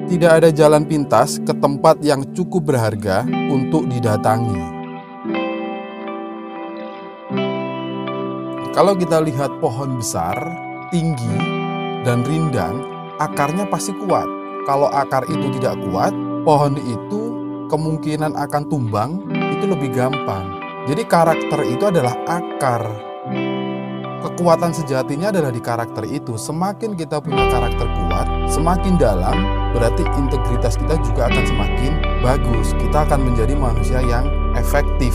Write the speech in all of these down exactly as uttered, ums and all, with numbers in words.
tidak ada jalan pintas ke tempat yang cukup berharga untuk didatangi. Kalau kita lihat pohon besar, tinggi, dan rindang, akarnya pasti kuat. Kalau akar itu tidak kuat, pohon itu kemungkinan akan tumbang itu lebih gampang. Jadi karakter itu adalah akar. Kekuatan sejatinya adalah di karakter itu. Semakin kita punya karakter kuat, semakin dalam, berarti integritas kita juga akan semakin bagus. Kita akan menjadi manusia yang efektif.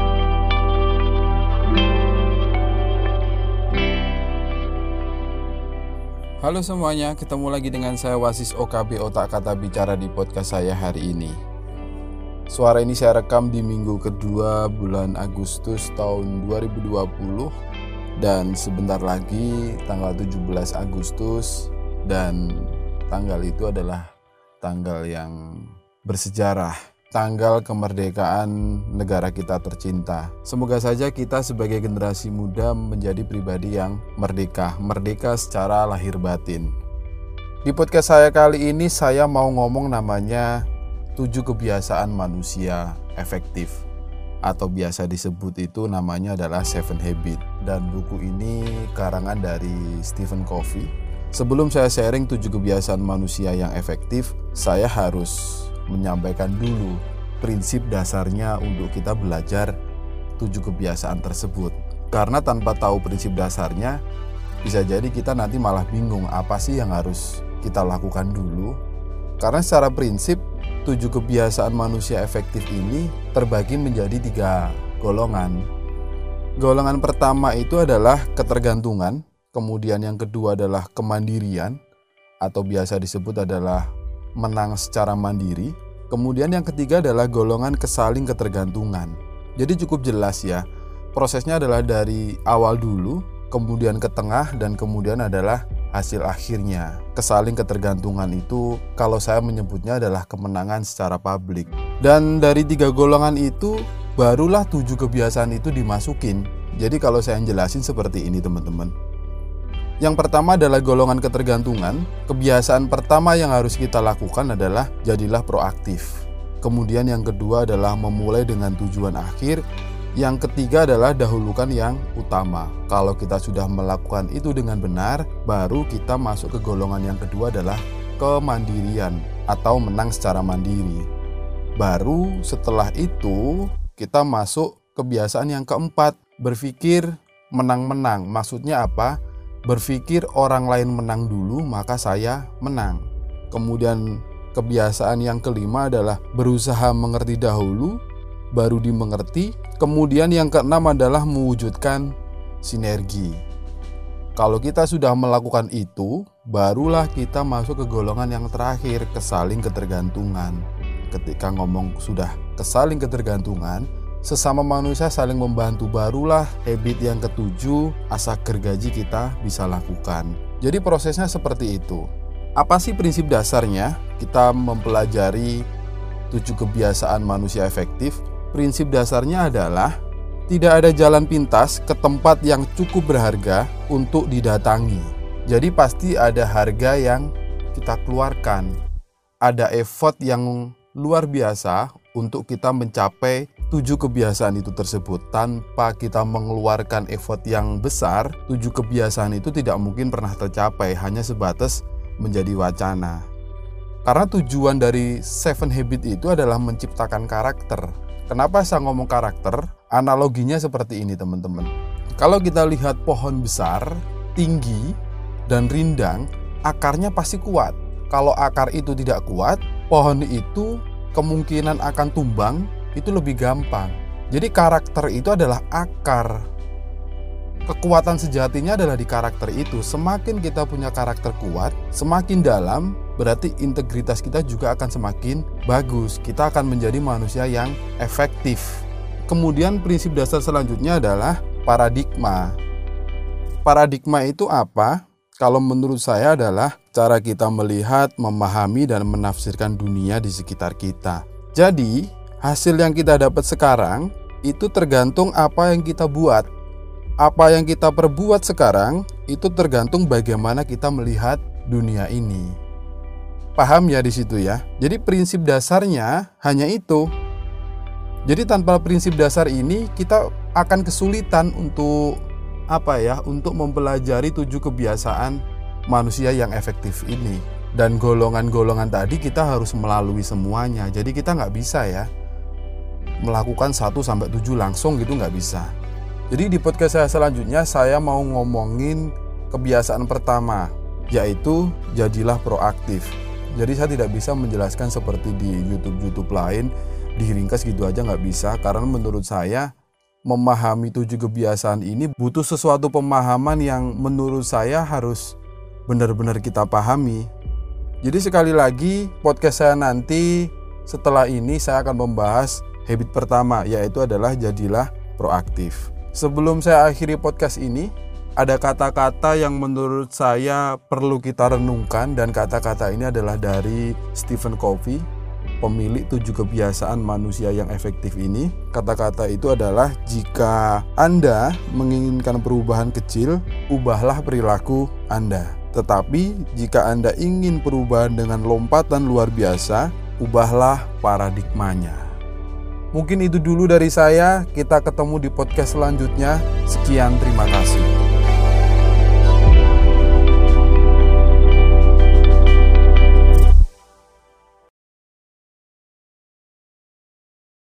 Halo semuanya, ketemu lagi dengan saya Wasis O K B Otak Kata Bicara di podcast saya hari ini. Suara ini saya rekam di minggu kedua bulan Agustus tahun dua ribu dua puluh. Dan sebentar lagi tanggal tujuh belas Agustus, dan tanggal itu adalah tanggal yang bersejarah, tanggal kemerdekaan negara kita tercinta. Semoga saja kita sebagai generasi muda menjadi pribadi yang merdeka, merdeka secara lahir batin. Di podcast saya kali ini saya mau ngomong namanya tujuh kebiasaan manusia efektif, atau biasa disebut itu namanya adalah Seven Habit. Dan buku ini karangan dari Stephen Covey. Sebelum saya sharing tujuh kebiasaan manusia yang efektif, saya harus menyampaikan dulu prinsip dasarnya untuk kita belajar tujuh kebiasaan tersebut. Karena tanpa tahu prinsip dasarnya, bisa jadi kita nanti malah bingung apa sih yang harus kita lakukan dulu. Karena secara prinsip, tujuh kebiasaan manusia efektif ini terbagi menjadi tiga golongan. Golongan pertama itu adalah ketergantungan, kemudian yang kedua adalah kemandirian, atau biasa disebut adalah menang secara mandiri. Kemudian yang ketiga adalah golongan kesaling ketergantungan. Jadi cukup jelas ya, prosesnya adalah dari awal dulu, kemudian ke tengah, dan kemudian adalah hasil akhirnya. Kesaling ketergantungan itu kalau saya menyebutnya adalah kemenangan secara publik. Dan dari tiga golongan itu barulah tujuh kebiasaan itu dimasukin. Jadi kalau saya jelasin seperti ini teman-teman. Yang pertama adalah golongan ketergantungan. Kebiasaan pertama yang harus kita lakukan adalah jadilah proaktif. Kemudian yang kedua adalah memulai dengan tujuan akhir. Yang ketiga adalah dahulukan yang utama. Kalau kita sudah melakukan itu dengan benar, baru kita masuk ke golongan yang kedua adalah kemandirian atau menang secara mandiri. Baru setelah itu kita masuk kebiasaan yang keempat, berpikir menang-menang. Maksudnya apa? Berpikir orang lain menang dulu, maka saya menang. Kemudian kebiasaan yang kelima adalah berusaha mengerti dahulu, baru dimengerti. Kemudian yang keenam adalah mewujudkan sinergi. Kalau kita sudah melakukan itu, barulah kita masuk ke golongan yang terakhir, kesaling ketergantungan. Ketika ngomong sudah kesaling ketergantungan, sesama manusia saling membantu, barulah habit yang ketujuh, asa gergaji kita bisa lakukan. Jadi prosesnya seperti itu. Apa sih prinsip dasarnya? Kita mempelajari tujuh kebiasaan manusia efektif. Prinsip dasarnya adalah tidak ada jalan pintas ke tempat yang cukup berharga untuk didatangi. Jadi pasti ada harga yang kita keluarkan. Ada effort yang luar biasa untuk kita mencapai tujuh kebiasaan itu tersebut. Tanpa kita mengeluarkan effort yang besar, tujuh kebiasaan itu tidak mungkin pernah tercapai, hanya sebatas menjadi wacana. Karena tujuan dari Seven Habit itu adalah menciptakan karakter. Kenapa saya ngomong karakter? Analoginya seperti ini teman-teman. Kalau kita lihat pohon besar, tinggi, dan rindang, akarnya pasti kuat. Kalau akar itu tidak kuat, pohon itu kemungkinan akan tumbang itu lebih gampang. Jadi karakter itu adalah akar. Kekuatan sejatinya adalah di karakter itu. Semakin kita punya karakter kuat, semakin dalam, berarti integritas kita juga akan semakin bagus. Kita akan menjadi manusia yang efektif. Kemudian prinsip dasar selanjutnya adalah paradigma. Paradigma itu apa? Kalau menurut saya adalah cara kita melihat, memahami, dan menafsirkan dunia di sekitar kita. Jadi, hasil yang kita dapat sekarang itu tergantung apa yang kita buat. Apa yang kita perbuat sekarang itu tergantung bagaimana kita melihat dunia ini. Paham ya di situ ya. Jadi prinsip dasarnya hanya itu. Jadi tanpa prinsip dasar ini kita akan kesulitan untuk apa ya? Untuk mempelajari tujuh kebiasaan manusia yang efektif ini. Dan golongan-golongan tadi kita harus melalui semuanya. Jadi kita nggak bisa ya melakukan satu sampai tujuh langsung gitu, nggak bisa. Jadi di podcast saya selanjutnya saya mau ngomongin kebiasaan pertama, yaitu jadilah proaktif. Jadi saya tidak bisa menjelaskan seperti di YouTube-YouTube lain, diringkas gitu aja nggak bisa. Karena menurut saya memahami tujuh kebiasaan ini butuh sesuatu pemahaman yang menurut saya harus benar-benar kita pahami. Jadi sekali lagi podcast saya nanti setelah ini saya akan membahas habit pertama, yaitu adalah jadilah proaktif. Sebelum saya akhiri podcast ini, ada kata-kata yang menurut saya perlu kita renungkan, dan kata-kata ini adalah dari Stephen Covey, pemilik tujuh kebiasaan manusia yang efektif ini. Kata-kata itu adalah, jika Anda menginginkan perubahan kecil, ubahlah perilaku Anda. Tetapi jika Anda ingin perubahan dengan lompatan luar biasa, ubahlah paradigmanya. Mungkin itu dulu dari saya. Kita ketemu di podcast selanjutnya. Sekian, terima kasih.